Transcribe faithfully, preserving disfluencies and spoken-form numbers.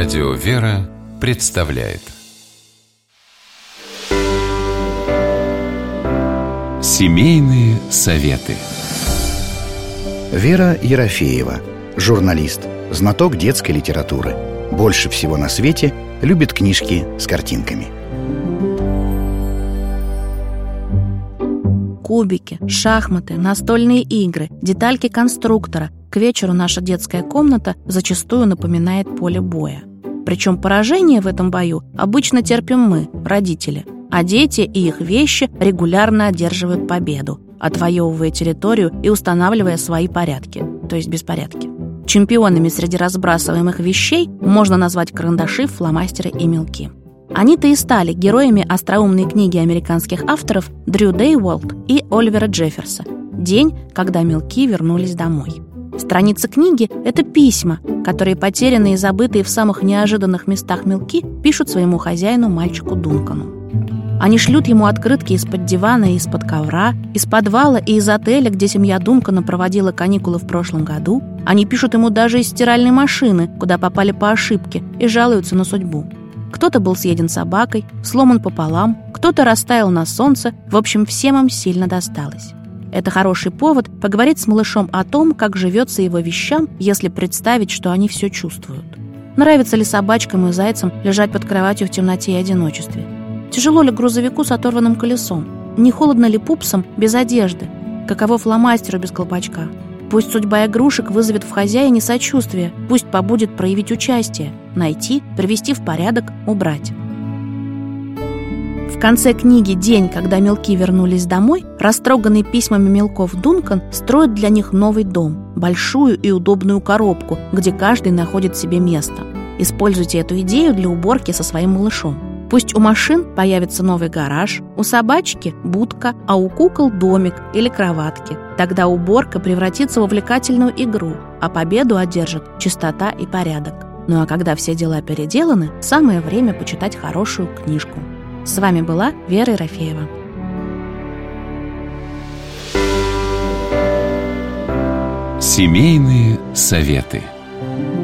Радио «Вера» представляет Семейные советы. Вера Ерофеева, журналист, знаток детской литературы. Больше всего на свете любит книжки с картинками. Кубики, шахматы, настольные игры, детальки конструктора. К вечеру наша детская комната зачастую напоминает поле боя. Причем поражение в этом бою обычно терпим мы, родители, а дети и их вещи регулярно одерживают победу, отвоевывая территорию и устанавливая свои порядки, то есть беспорядки. Чемпионами среди разбрасываемых вещей можно назвать карандаши, фломастеры и мелки. Они-то и стали героями остроумной книги американских авторов Дрю Дейволт и Оливера Джефферса «День, когда мелки вернулись домой». Страницы книги — это письма, которые потерянные и забытые в самых неожиданных местах мелки пишут своему хозяину, мальчику Дункану. Они шлют ему открытки из-под дивана и из-под ковра, из подвала и из отеля, где семья Дункана проводила каникулы в прошлом году. Они пишут ему даже из стиральной машины, куда попали по ошибке, и жалуются на судьбу. Кто-то был съеден собакой, сломан пополам, кто-то растаял на солнце. В общем, всем им сильно досталось. Это хороший повод поговорить с малышом о том, как живется его вещам, если представить, что они все чувствуют. Нравится ли собачкам и зайцам лежать под кроватью в темноте и одиночестве? Тяжело ли грузовику с оторванным колесом? Не холодно ли пупсам без одежды? Каково фломастеру без колпачка? Пусть судьба игрушек вызовет в хозяине сочувствие, пусть побудет проявить участие, найти, привести в порядок, убрать. В конце книги «День, когда мелки вернулись домой» растроганный письмами мелков Дункан строит для них новый дом, большую и удобную коробку, где каждый находит себе место. Используйте эту идею для уборки со своим малышом. Пусть у машин появится новый гараж, у собачки – будка, а у кукол – домик или кроватки. Тогда уборка превратится в увлекательную игру, а победу одержит чистота и порядок. Ну а когда все дела переделаны, самое время почитать хорошую книжку. С вами была Вера Ерофеева. Семейные советы.